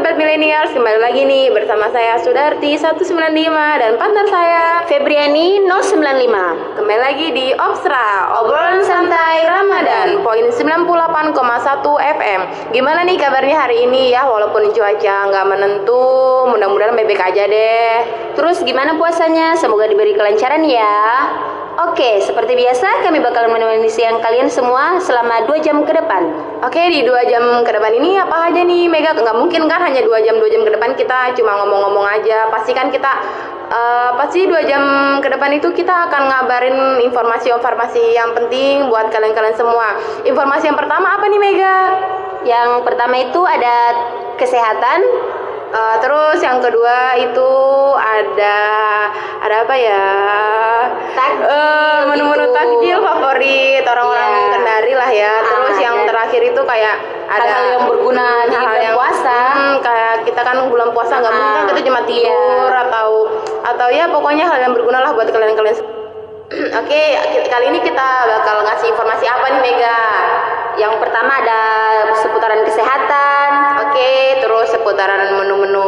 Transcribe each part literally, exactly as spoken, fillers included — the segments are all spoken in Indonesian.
Sobat Milenials, kembali lagi nih bersama saya Sudarti seratus sembilan puluh lima dan partner saya Febriani nol sembilan lima. Kembali lagi di Obstra, obrolan santai Ramadan, poin sembilan puluh delapan koma satu F M. Gimana nih kabarnya hari ini ya, walaupun cuaca nggak menentu, mudah-mudahan baik-baik aja deh. Terus gimana puasanya? Semoga diberi kelancaran ya. Oke, seperti biasa kami bakal menemani siang kalian semua selama dua jam ke depan. Oke, di dua jam ke depan ini apa aja nih Mega? Nggak mungkin kan hanya dua jam dua jam ke depan kita cuma ngomong-ngomong aja. Pasti kan kita uh, pasti dua jam ke depan itu kita akan ngabarin informasi-informasi yang penting buat kalian-kalian semua. Informasi yang pertama apa nih Mega? Yang pertama itu ada kesehatan. Uh, terus yang kedua itu ada ada apa ya? Takjil, uh, menu-menu gitu. takjil favorit orang-orang yeah. Kendari lah ya. Terus ah, yang ya. terakhir itu kayak ada hal-hal yang berguna di hal bulan yang, puasa. Hmm, kayak kita kan bulan puasa nggak ah, mungkin kan kita cuma tidur yeah. atau atau ya pokoknya hal yang berguna lah buat kalian-kalian. Oke, kali ini kita bakal ngasih informasi apa nih Mega? Yang pertama ada seputaran kesehatan. Oke, terus seputaran menu-menu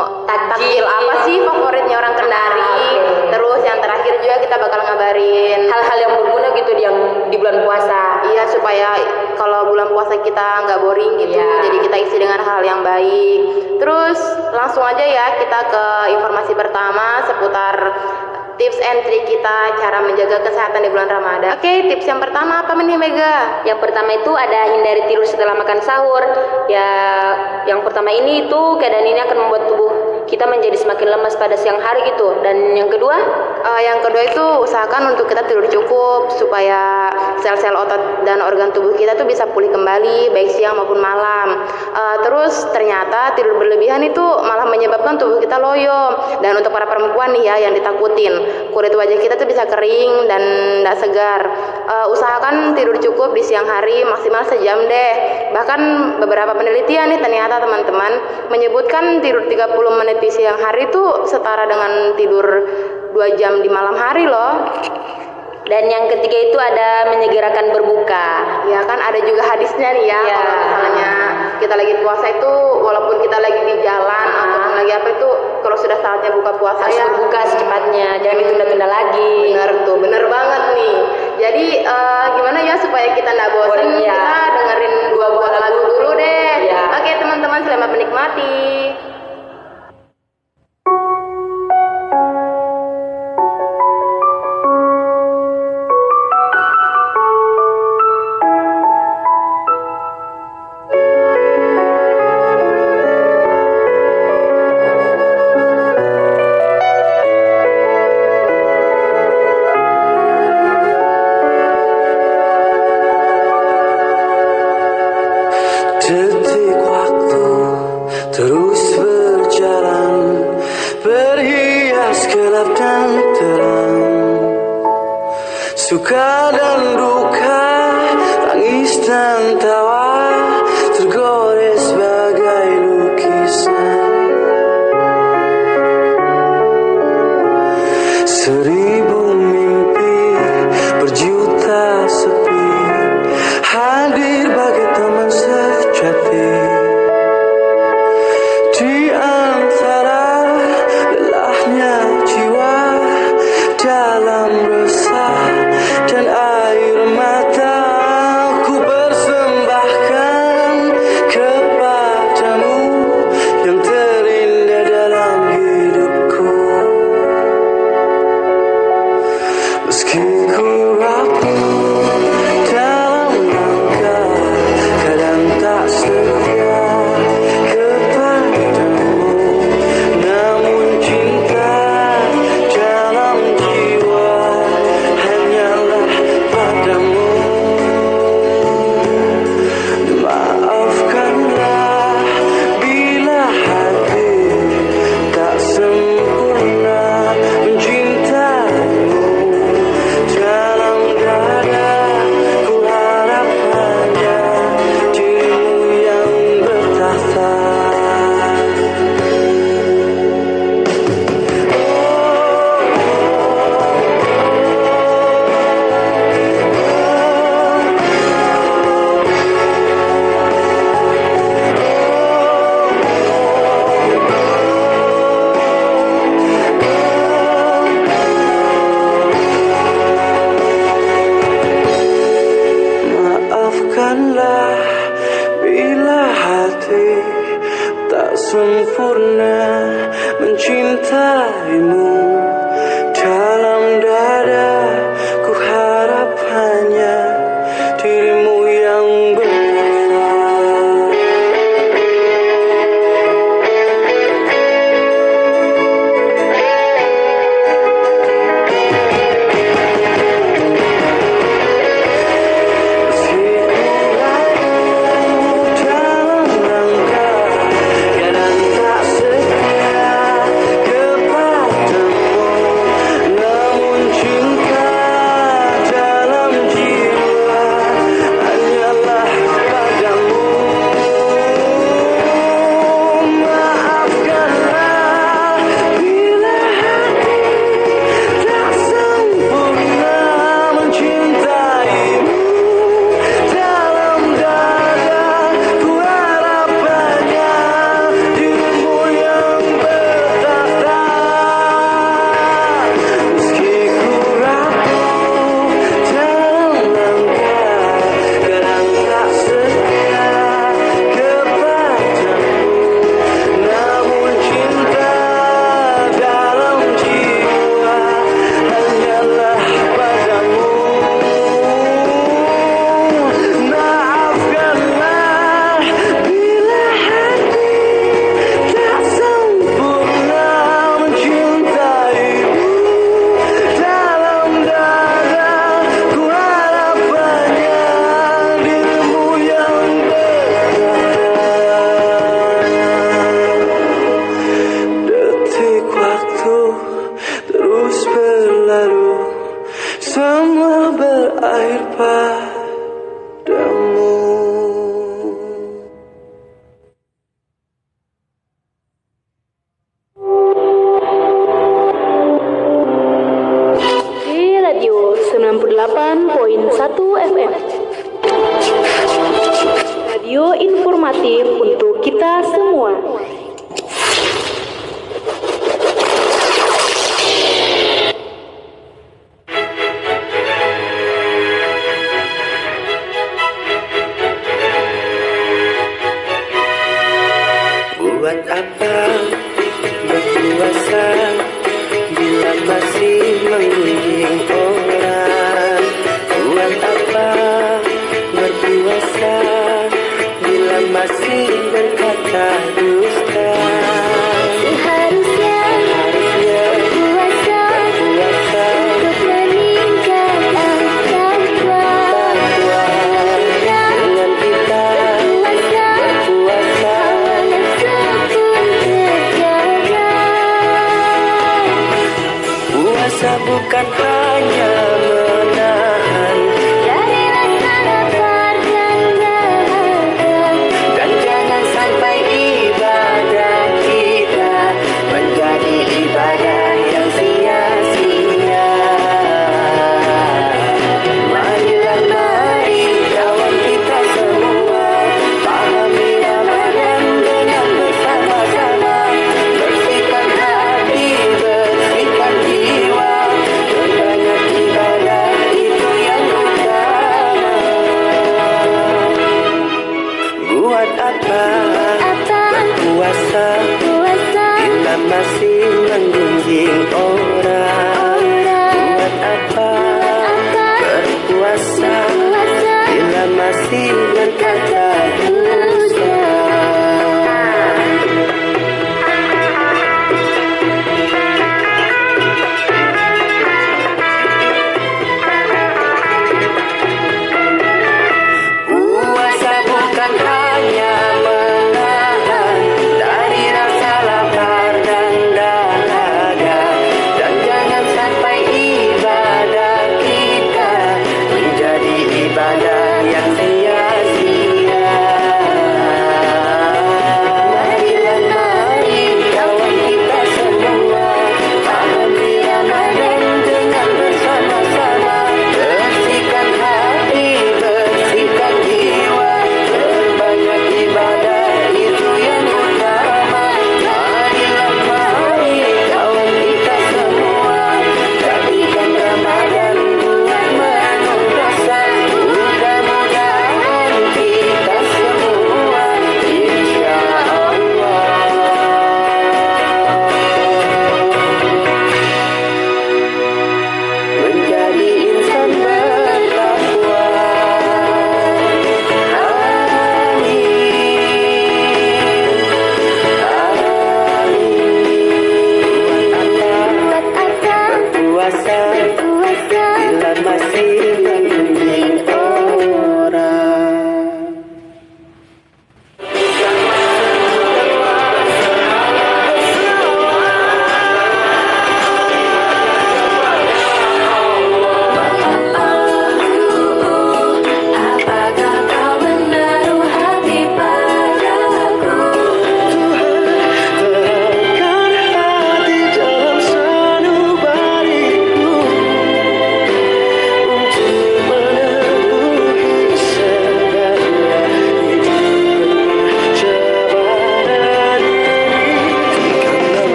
takjil apa sih favoritnya orang Kendari. Okay. Terus yang terakhir juga kita bakal ngabarin hal-hal yang berguna gitu di yang di bulan puasa. Iya, supaya kalau bulan puasa kita nggak boring gitu. Yeah. Jadi kita isi dengan hal yang baik. Terus langsung aja ya kita ke informasi pertama seputar tips and trik kita cara menjaga kesehatan di bulan Ramadan. Oke, tips yang pertama apa nih Mega? Yang pertama itu ada hindari tidur setelah makan sahur. Ya, yang pertama ini itu keadaan ini akan membuat tubuh kita menjadi semakin lemas pada siang hari gitu. Dan yang kedua, uh, yang kedua itu usahakan untuk kita tidur cukup supaya sel-sel otot dan organ tubuh kita tuh bisa pulih kembali baik siang maupun malam. Uh, terus ternyata tidur berlebihan itu malah menyebabkan tubuh kita loyo. Dan untuk para perempuan nih ya yang ditakutin, kulit wajah kita tuh bisa kering dan tidak segar. Uh, usahakan tidur cukup di siang hari maksimal sejam deh. Bahkan beberapa penelitian nih ternyata teman-teman menyebutkan tidur tiga puluh menit di siang hari itu setara dengan tidur dua jam di malam hari loh. Dan yang ketiga itu ada menyegerakan berbuka. Ya kan ada juga hadisnya nih ya, ya. Kalau misalnya kita lagi puasa itu walaupun kita lagi di jalan ah. ataupun lagi apa itu kalau sudah saatnya buka puasa harus ya berbuka secepatnya, jangan ditunda-tunda lagi. Bener tuh, bener banget nih. Jadi uh, gimana ya supaya kita nggak bosan, ya. kita dengerin dua buah lagu dulu deh. Ya. Oke teman-teman, selamat menikmati. Detik waktu terus berjalan, berhias gelap dan terang, suka dan duka, tangis dan tawa, tergores bagai lukisan. Seribu mimpi, berjuta sepi, hadir bagai teman sejati. Di antara lelahnya jiwa, dalam resah dan air mata, ku persembahkan kepadamu yang terindah dalam hidupku. Meski ku rapuh dalam langkah, kadang tak setia kepadamu, namun cinta dalam jiwa hanyalah padamu. Maafkanlah bila hati tak sempurna mencintaimu dalam mencintaimu. Dalam dada ku harap hanya dirimu yang berkuasa. Terus berlalu, semua berakhir padamu. Di Radio sembilan puluh delapan koma satu F M, radio informatif untuk kita semua. Buat apa berpuasa bila masih menggunjing orang? Buat apa berpuasa bila masih berkata dusta?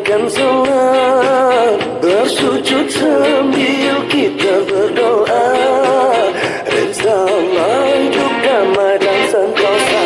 akan sholat, bersujud sambil kita berdoa. Insyaallah hidup damai dan sentosa.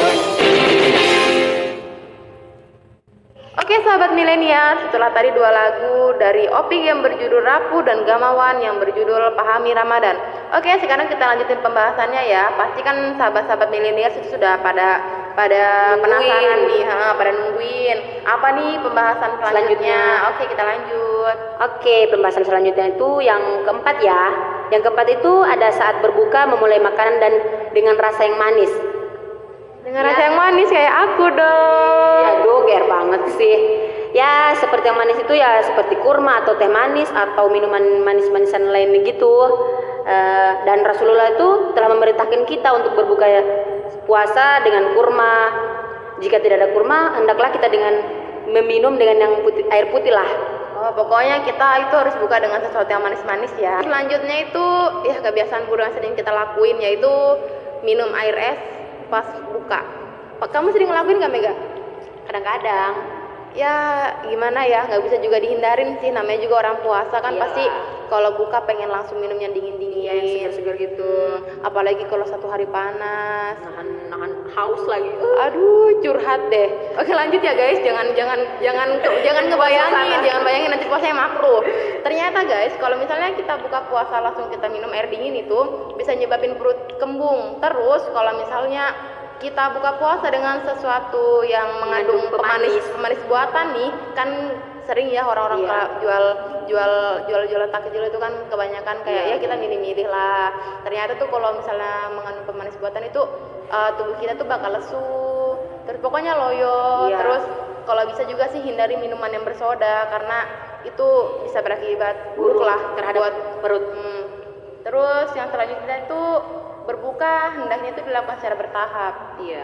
Oke sahabat milenial, setelah tadi dua lagu dari Opik yang berjudul Rapuh dan Gamawan yang berjudul Pahami Ramadan. Oke, sekarang kita lanjutin pembahasannya ya. Pasti kan sahabat-sahabat milenial itu sudah pada pada Nungguin. penasaran nih, ha, pada nungguin. Apa nih pembahasan selanjutnya? Selanjutnya. Oke, kita lanjut. Oke, pembahasan selanjutnya itu yang keempat ya. Yang keempat itu ada saat berbuka memulai makanan dan dengan rasa yang manis. Dengan Ya. rasa yang manis kayak aku dong. Ya doger banget sih. Ya seperti yang manis itu ya seperti kurma atau teh manis atau minuman manis-manisan lainnya gitu. Eh, dan Rasulullah itu telah memerintahkan kita untuk berbuka puasa dengan kurma. Jika tidak ada kurma, hendaklah kita dengan meminum dengan yang putih, air putih lah. Oh, pokoknya kita itu harus buka dengan sesuatu yang manis-manis ya. Selanjutnya itu ya kebiasaan buruk yang sering kita lakuin yaitu minum air es pas buka. Kamu sering ngelakuin gak Mega? Kadang-kadang. Ya gimana ya, nggak bisa juga dihindarin sih, namanya juga orang puasa kan. Iyalah. Pasti kalau buka pengen langsung minum yang dingin-dingin, Iya, yang segar-segar gitu. apalagi kalau satu hari panas. Nahan, nahan haus lagi. Aduh, curhat deh. Oke lanjut ya guys, jangan jangan jangan jangan ngebayangin, jangan bayangin nanti puasanya makruh. Ternyata guys, kalau misalnya kita buka puasa langsung kita minum air dingin itu bisa nyebabin perut kembung. Terus kalau misalnya kita buka puasa dengan sesuatu yang mengandung Mengandung pemanis pemanis buatan nih, kan sering ya orang-orang Iya. kalau jual jual jual jualan takjil itu kan kebanyakan kayak Iya. ya kita milih-milih lah. Ternyata tuh kalau misalnya mengandung pemanis buatan itu uh, tubuh kita tuh bakal lesu, terus pokoknya loyo. Iya. Terus kalau bisa juga sih hindari minuman yang bersoda karena itu bisa berakibat buruk lah terhadap buat perut. Hmm. Terus yang selanjutnya itu berbuka hendaknya itu dilakukan secara bertahap. Iya.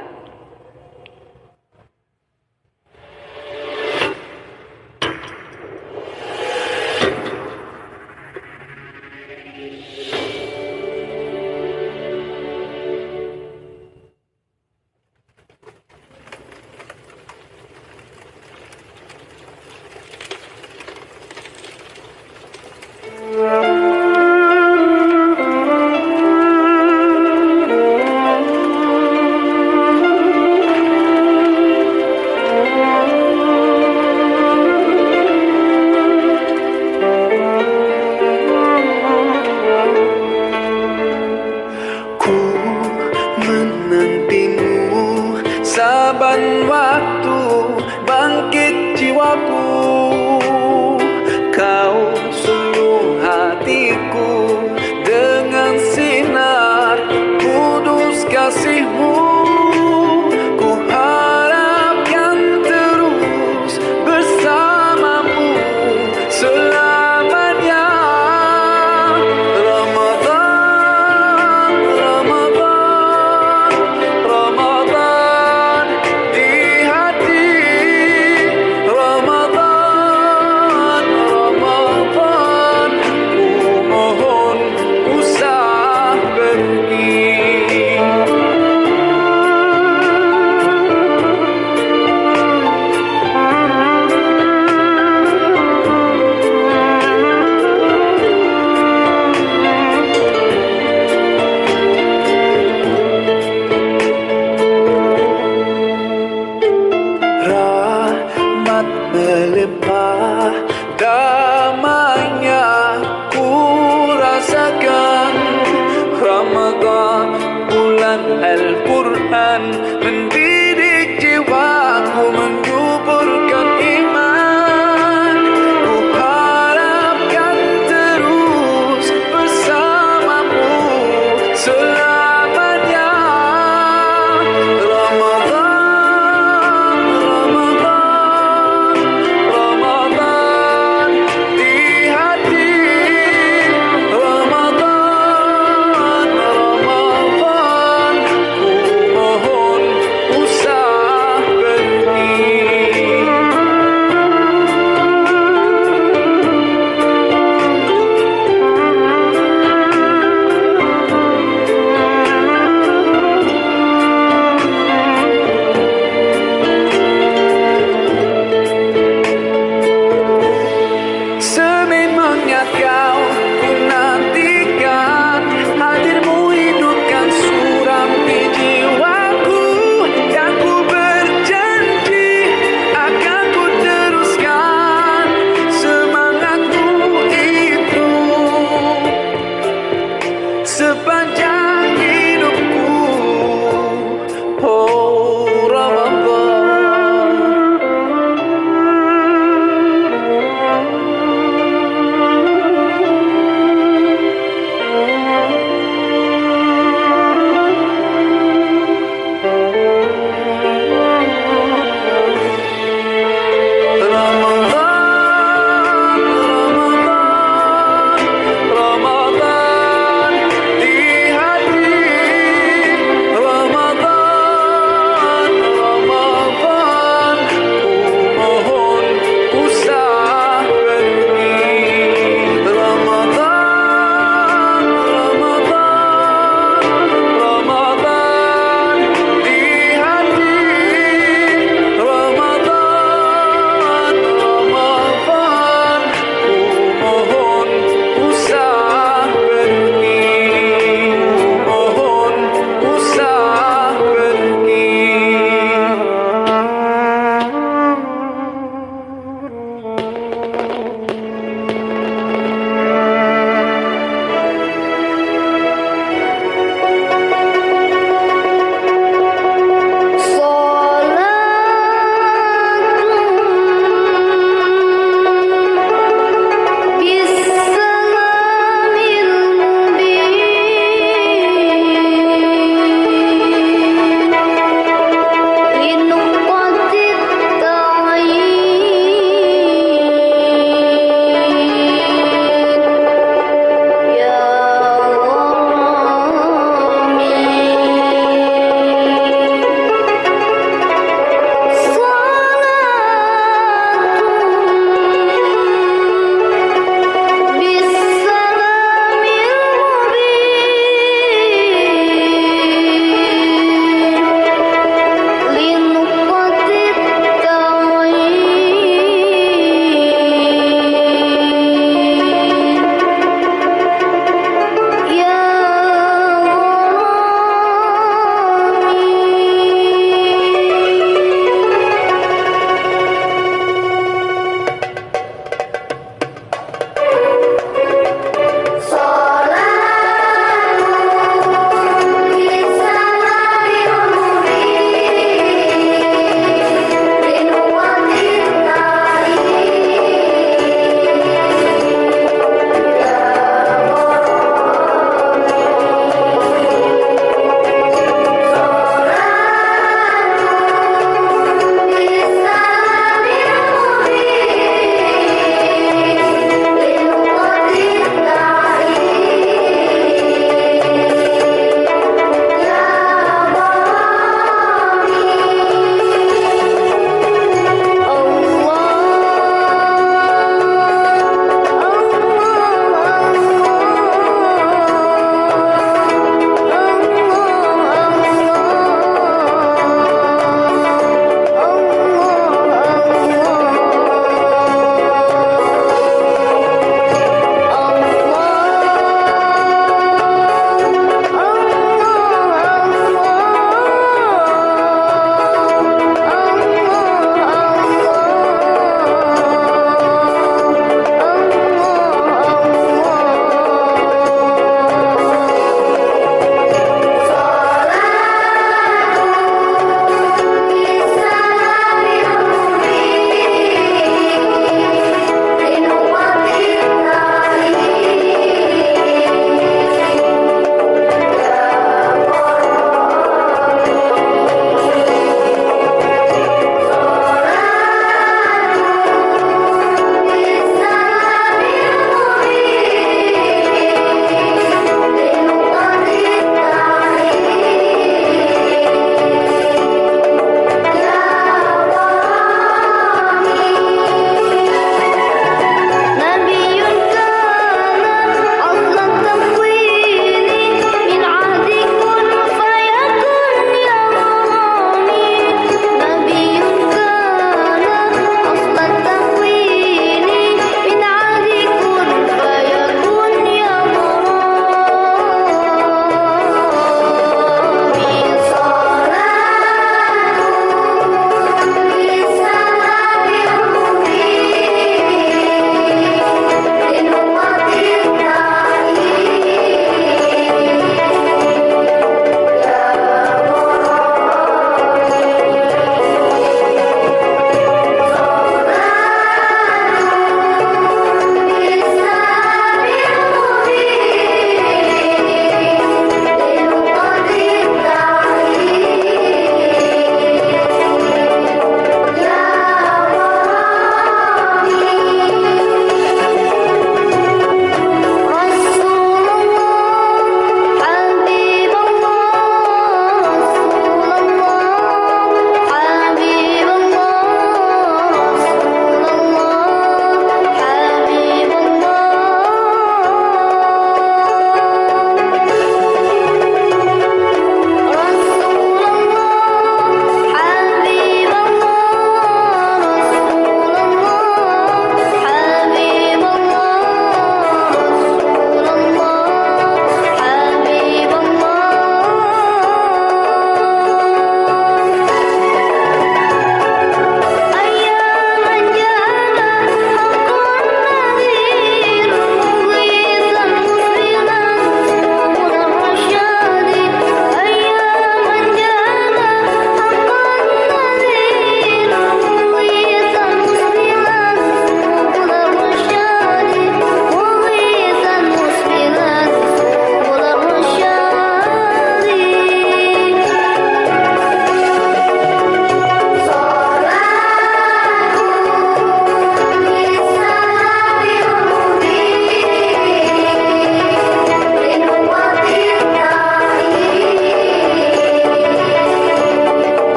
Ku menantimu saban waktu bangkit jiwaku. Kau suluh hatiku dengan sinar kudus kasihmu. Ku harapkan terus bersamamu selamanya. Ramadan, Ramadan, Ramadan di hati. Ramadan, Ramadan, ku mohon usah pergi. Rahmat melimpah, damainya ku rasakan. Ramadan, bulan Al-Quran, mendidik jiwaku, menyuburkan iman. Ku harapkan terus bersamamu selamanya. Ramadan, Ramadan, Ramadan di hati.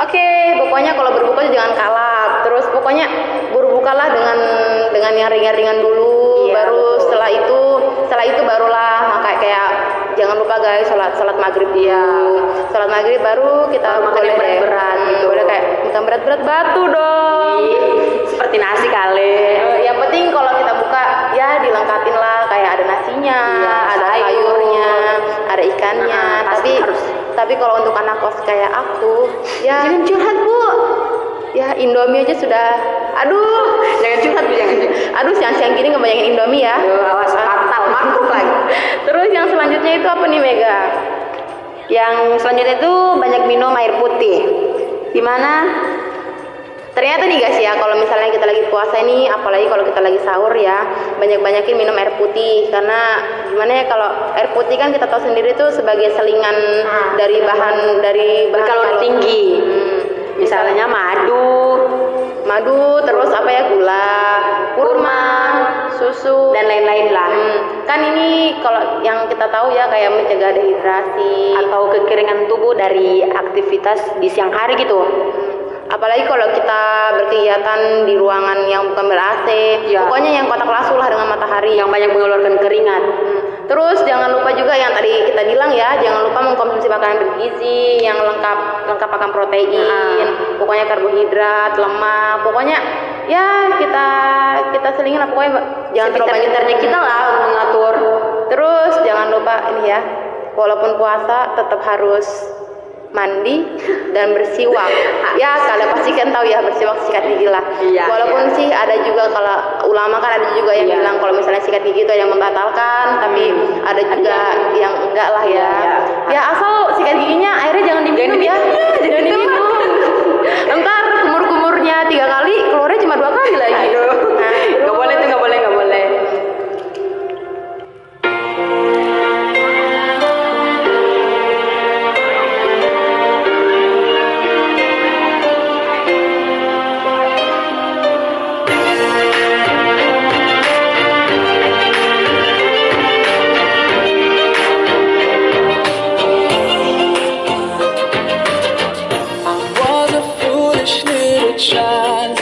Oke, pokoknya kalau berbuka tuh jangan kalap. Terus pokoknya berbukalah dengan dengan yang ringan-ringan dulu. Iya, baru betul. setelah itu setelah itu barulah maka kayak jangan lupa guys sholat sholat maghrib dia. Sholat maghrib baru kita Baru makan yang boleh deh. berat-berat Hmm, gitu. boleh kayak makan berat-berat batu dong. Ih, seperti nasi kali. Eh, yang penting kalau kita buka ya dilengkapin lah kayak ada nasinya, Iya, ada sayur. sayurnya, ada ikannya. Nah, pasti tapi harus. tapi kalau untuk anak kos kayak aku, ya Jangan curhat, Bu. ya Indomie aja sudah. Aduh, Jangan curhat, Bu, jangan curhat. aduh siang-siang gini ngebayangin Indomie ya. Aduh, awas fatal, makruh lagi. Terus yang selanjutnya itu apa nih Mega? Yang selanjutnya itu banyak minum air putih. Dimana Ternyata nih guys ya, kalau misalnya kita lagi puasa ini, apalagi kalau kita lagi sahur ya, banyak-banyakin minum air putih. Karena gimana ya, kalau air putih kan kita tahu sendiri tuh sebagai selingan Nah, dari bahan dari bahan berkalori kalori tinggi. Hmm, Misalnya madu, madu, terus apa ya, gula, kurma, susu, dan lain-lain lah. Hmm, kan ini kalau yang kita tahu ya kayak mencegah dehidrasi. Atau kekeringan tubuh dari aktivitas di siang hari gitu. Apalagi kalau kita berkegiatan di ruangan yang bukan ber-A C, Ya. pokoknya yang kotak lasu lah dengan matahari. Yang banyak mengeluarkan keringat. Hmm. Terus jangan lupa juga yang tadi kita bilang ya, jangan lupa mengkonsumsi makanan bergizi yang lengkap lengkap akan protein, pokoknya karbohidrat, lemak, pokoknya ya kita kita selingin lah pokoknya jangan terlalu banyak. Sepintar-pintarnya kita lah untuk mengatur. Terus jangan lupa ini ya, walaupun puasa tetap harus mandi dan bersiwak. Ya kalian pasti kan tahu ya, bersiwak sikat gigi lah. Iya, Walaupun iya. sih ada juga kalau ulama kan ada juga yang Iya. bilang kalau misalnya sikat gigi itu ada yang membatalkan, tapi Hmm. ada juga yang enggak lah ya. Iya, iya. Ya asal sikat giginya airnya jangan diminum ya. Jangan diminum. Ntar kumur-kumurnya tiga kali, keluarnya cuma dua kali lagi. Aduh. Nah, Nggak boleh tuh, nggak boleh, nggak boleh. Was a foolish little child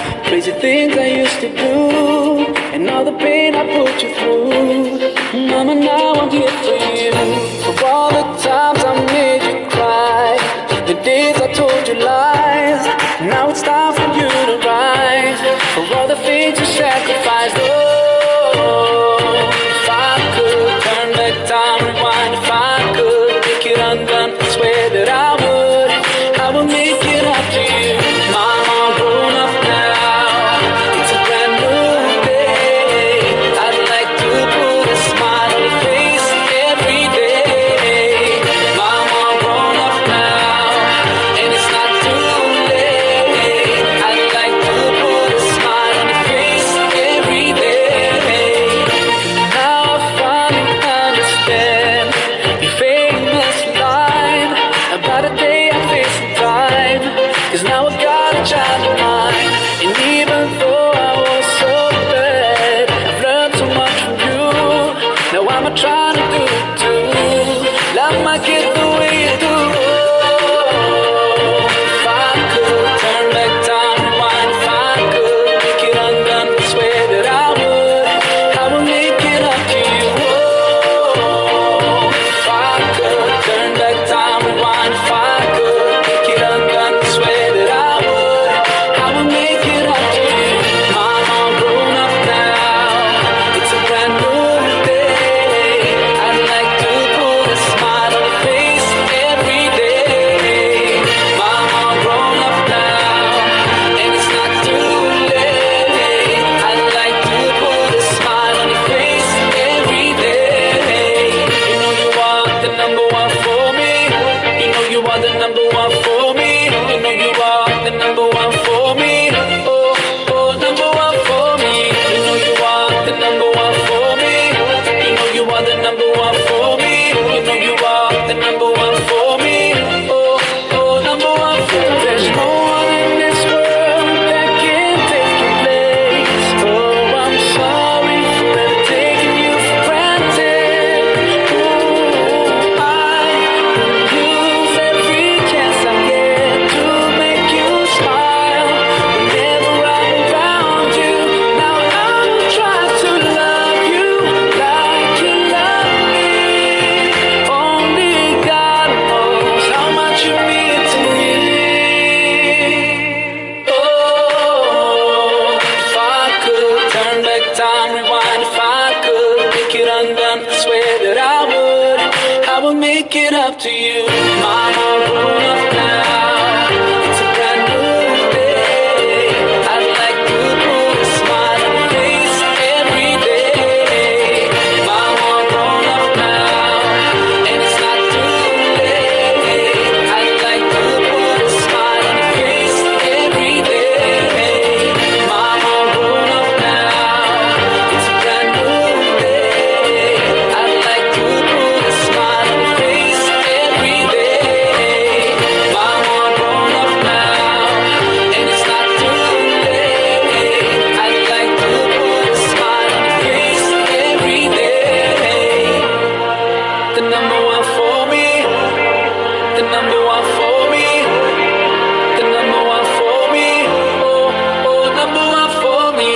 make it up to you. Mom, I'm grown up now. It's a brand new day. I'd like to put a smile on your face every day. Mom, I'm grown up now, and it's not too late. I'd like to put a smile on your face every day. Mom, I'm grown up now. It's a brand new day. I'd like to put a smile on your face every day. Mom, I'm grown up now, and it's not too late. I'd like to put a smile on your face every day. The number one for me, the number one for me, the number one for me, oh, oh, number one for me.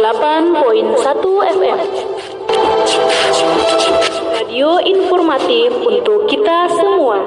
delapan koma satu F M. Radio informatif untuk kita semua.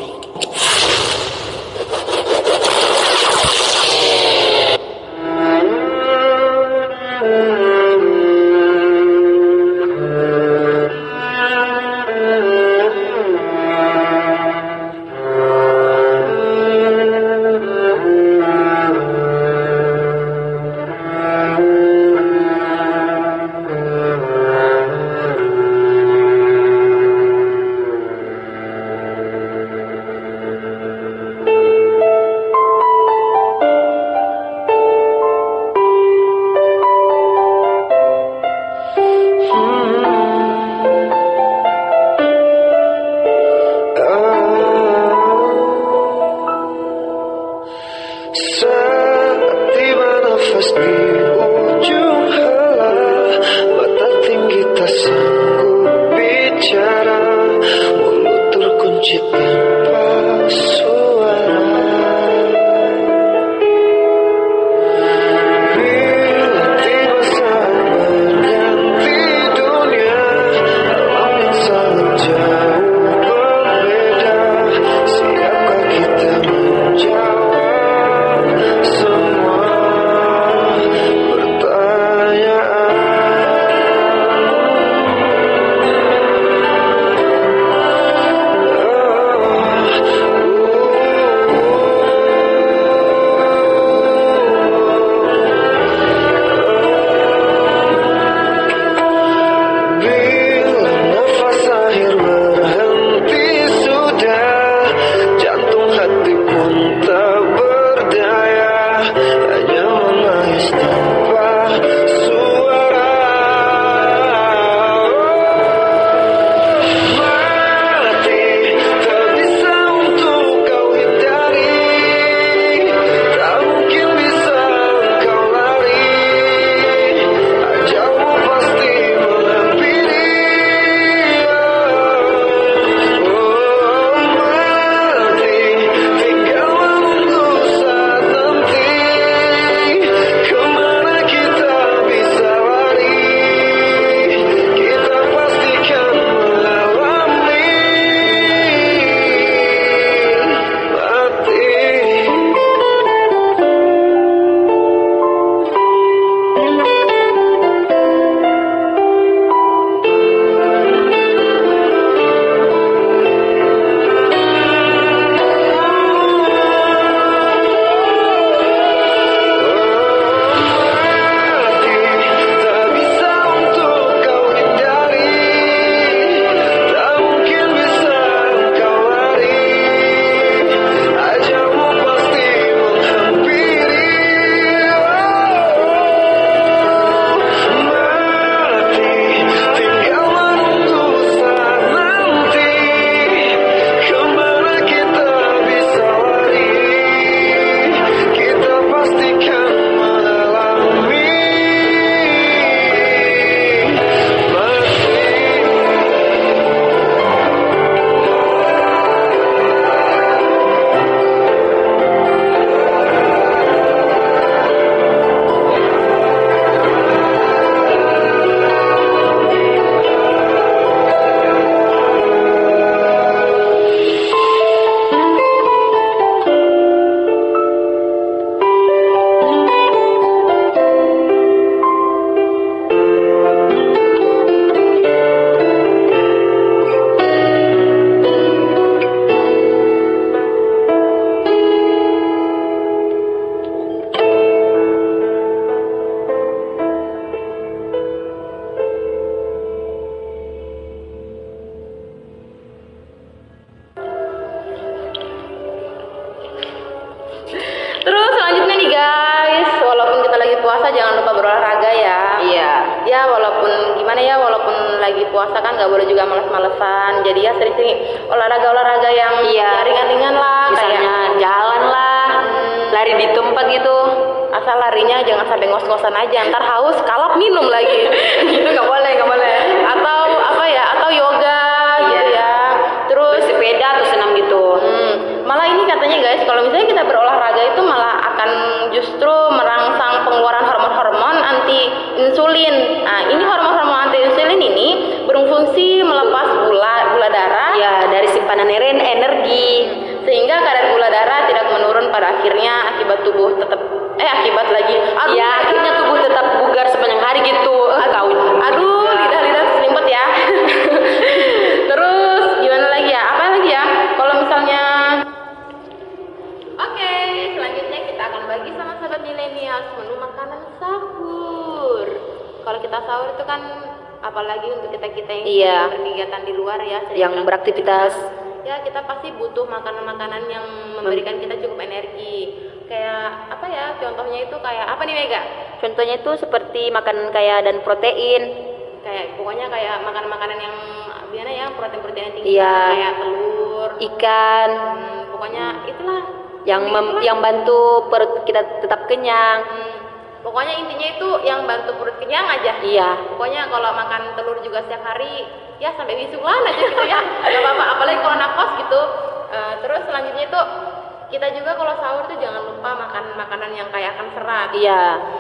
puasa jangan lupa berolahraga ya. Iya. Ya walaupun gimana ya, walaupun lagi puasa kan nggak boleh juga males-malesan. Jadi ya sering-sering olahraga-olahraga yang Iya. ya ringan-ringan lah. Misalnya kayak jalan lah, hmm, lari di tempat gitu. asal larinya jangan sampai ngos-ngosan aja, ntar haus kalap minum lagi. Gitu nggak boleh, nggak boleh. Atau apa ya, atau yoga gitu Iya. ya. Terus Bersepeda atau senam gitu. Hmm, malah ini katanya guys, kalau misalnya kita berolahraga itu malah akan justru merangsang pengeluaran hormon-hormon anti insulin berfungsi melepas gula gula darah Ya, dari simpanan eren- energi. sehingga kadar gula darah tidak menurun pada akhirnya akibat tubuh tetap eh akibat lagi aduh, Ya, akhirnya tubuh tetap bugar sepanjang hari gitu. Eh, kau. aduh lidah-lidah selimpet ya. Terus gimana lagi ya? Apa lagi ya? Kalau misalnya Oke, selanjutnya kita akan bagi sama sahabat milenial menu makanan sahur. Kalau kita sahur itu kan apalagi untuk kita-kita yang Iya. sedang berkegiatan di luar ya, sering Yang beraktivitas. ya kita pasti butuh makanan-makanan yang memberikan kita cukup energi. Kayak apa ya? Contohnya itu kayak apa nih Mega? Contohnya itu seperti makanan kaya dan protein. Kayak pokoknya kayak makanan-makanan yang gimana ya, protein-protein yang tinggi Iya. kayak telur, Ikan hmm, pokoknya itulah yang mem- itulah. yang bantu perut kita tetap kenyang. Hmm, pokoknya intinya itu yang bantu perut kenyang aja. Iya. Pokoknya kalau makan telur juga setiap hari ya sampai wisulan aja gitu ya. Gak apa-apa, apalagi kalau anak kos gitu. Eh, terus selanjutnya itu kita juga kalau sahur tuh jangan lupa makan makanan yang kaya akan serat. Iya.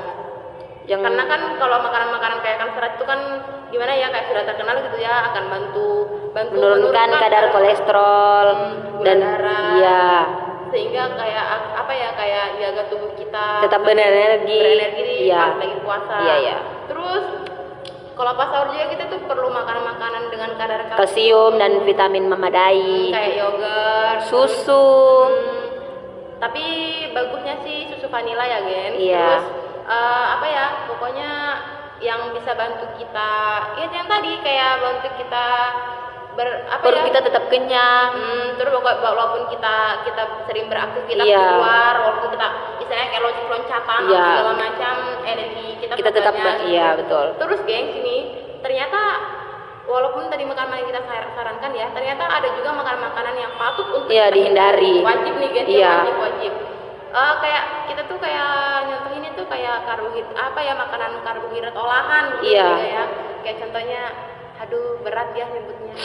Yang Karena kan kalau makanan-makanan kaya akan serat itu kan gimana ya, kayak sudah terkenal gitu ya, akan bantu bantu menurunkan kadar kolesterol Hmm, gula dan darah. iya, sehingga kayak apa ya, kayak jaga tubuh kita tetap berenergi. berenergi Iya. pas lagi puasa. Iya, iya. Terus kalau pas sahur juga kita tuh perlu makan makanan dengan kadar kalsium Kalsium dan vitamin memadai. kayak yogurt, Susu. Hmm, tapi bagusnya sih susu vanila ya, Gen. Iya. Terus eh, apa ya? Pokoknya yang bisa bantu kita, ya yang tadi kayak bantu kita ber apa Perut ya? kita tetap kenyang. Hmm, terus pokok- walaupun kita kita sering beraktivitas Iya. di luar, walaupun kita misalnya kayak loncat-loncatan atau Iya. segala macam, energi kita, Kita tetap banyak, ba- iya, betul. Terus geng sini ternyata walaupun tadi makanan yang kita sar- sarankan ya, ternyata ada juga makanan-makanan yang patut untuk Iya, kita dihindari. Wajib nih guys, Iya. wajib wajib. Eh, kayak kita tuh kayak nyontohin itu kayak karbohidrat apa ya, makanan karbohidrat olahan gitu Iya. ya. Kayak contohnya, aduh berat ya nyebutnya.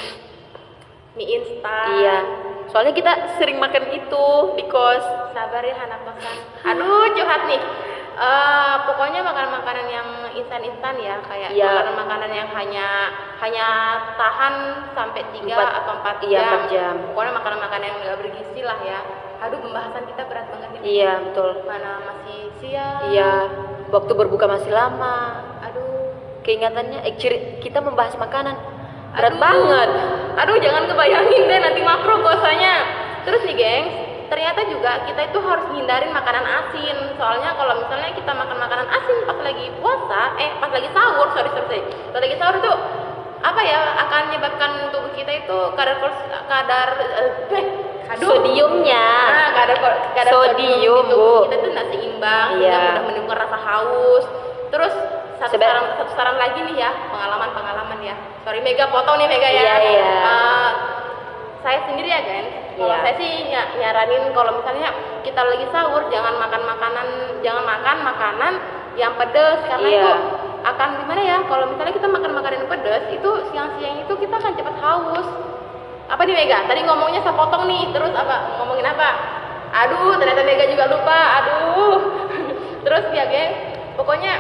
Mie instan. Iya. Soalnya kita sering makan itu di kos. Sabar ya anak kosan. Aduh curhat nih. Eh, pokoknya makanan-makanan yang instan-instan ya, kayak Iya. makanan-makanan yang hanya hanya tahan sampai tiga Empat- atau empat iya, jam. empat jam. Pokoknya makanan-makanan yang nggak bergizi lah ya. Aduh pembahasan kita berat banget ini. Iya, betul. Mana masih siang. Iya. Waktu berbuka masih lama. Aduh. Keingatannya eh, ciri- kita membahas makanan berat Aduh. banget. Aduh jangan kebayangin deh nanti makro puasanya. Terus nih geng, ternyata juga kita itu harus hindarin makanan asin. Soalnya kalau misalnya kita makan makanan asin pas lagi puasa, eh pas lagi sahur, sorry sorry, sorry. Pas lagi sahur itu apa ya, akan menyebabkan tubuh kita itu kadar koles- kadar eh, aduh. Sodiumnya. Nah, kadar ko- kadar Sodium, di tubuh Bu. kita tuh nggak seimbang, Iya. sehingga mudah menimbulkan rasa haus. Terus satu Sebe- saran, satu saran lagi nih ya, pengalaman-pengalaman ya. Sorry Mega, potong nih Mega ya. Iya, iya. Eh, saya sendiri ya kan, kalau Iya. saya sih ny- nyaranin kalau misalnya kita lagi sahur jangan makan makanan, jangan makan makanan yang pedas karena Iya. itu akan gimana ya, kalau misalnya kita makan makanan yang pedas itu siang-siang itu kita akan cepat haus. Apa nih Mega? Tadi ngomongnya saya potong nih, terus apa? Ngomongin apa? Aduh, ternyata Mega juga lupa. Aduh. Terus ya, geng. Pokoknya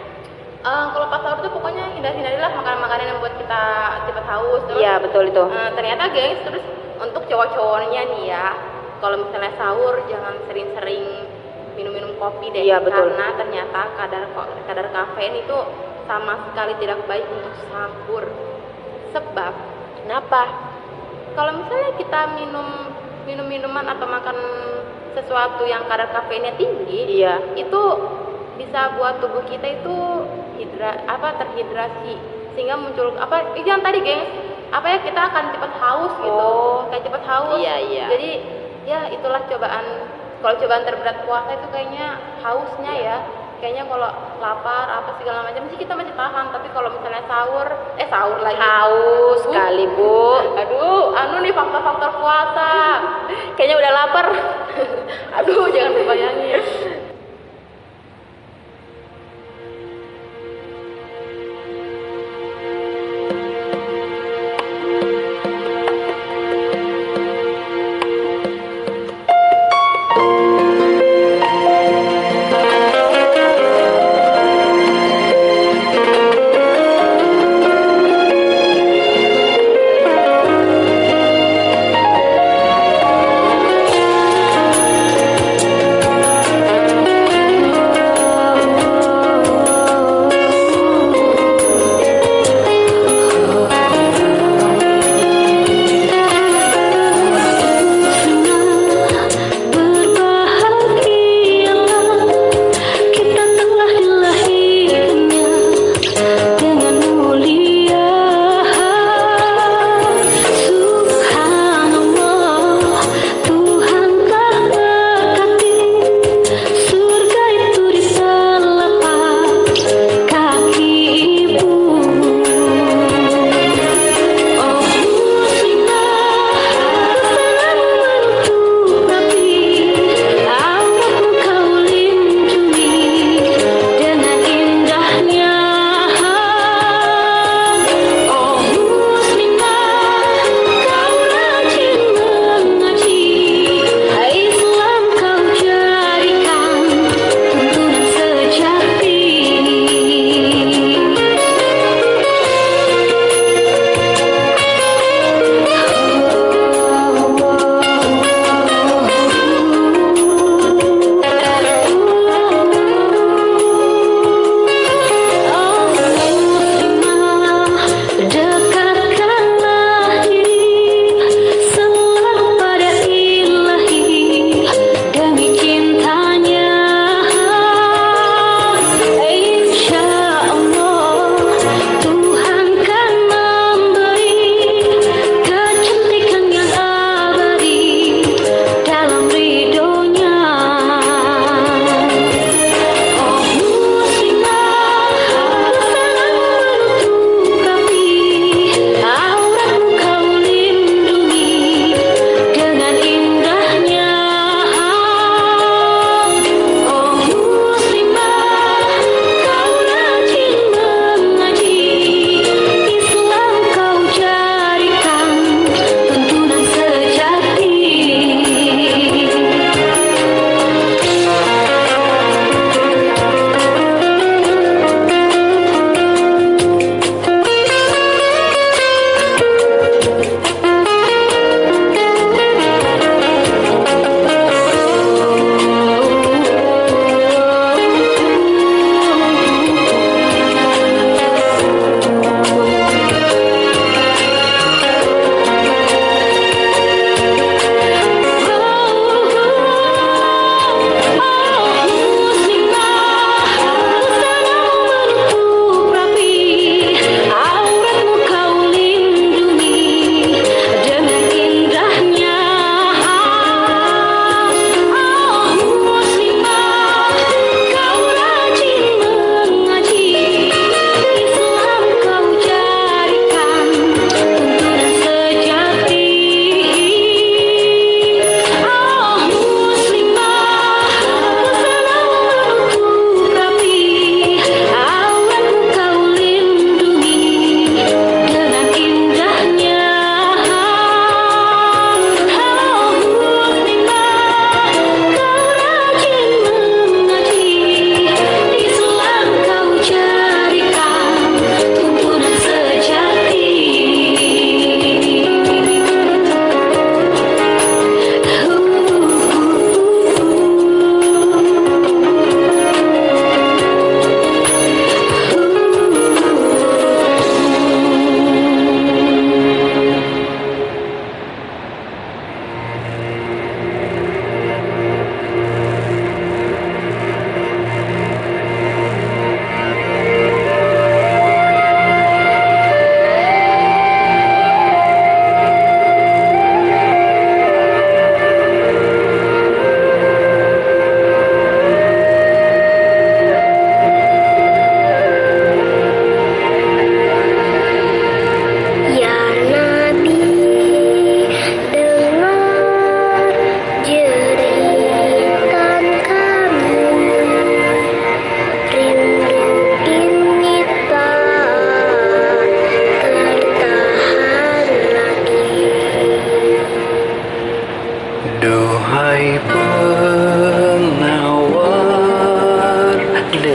eh, kalau pas sahur tuh pokoknya hindari-hindarilah makanan-makanan yang buat kita cepat haus. Terus Iya, betul itu. eh, ternyata, gengs, terus untuk cowok-cowoknya nih ya, kalau misalnya sahur jangan sering-sering minum-minum kopi deh. Iya, betul. Karena ternyata kadar ko- kadar kafein itu sama sekali tidak baik untuk sahur. Sebab Kenapa? kalau misalnya kita minum minum minuman atau makan sesuatu yang kadar kafeinnya tinggi, Iya. itu bisa buat tubuh kita itu hidra apa terhidrasi, sehingga muncul apa eh, yang tadi geng, apa ya, kita akan cepat haus gitu. Oh. Kayak cepat haus. Iya, iya. Jadi ya itulah cobaan, kalau cobaan terberat puasa itu kayaknya hausnya ya. Kayaknya kalau lapar apa segala macam sih kita masih tahan, tapi kalau misalnya sahur eh sahur lagi Haus Aduh. sekali, Bu. Aduh, anu nih faktor-faktor puasa. Kayaknya udah lapar. Aduh, jangan dibayangin.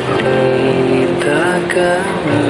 Kita kembali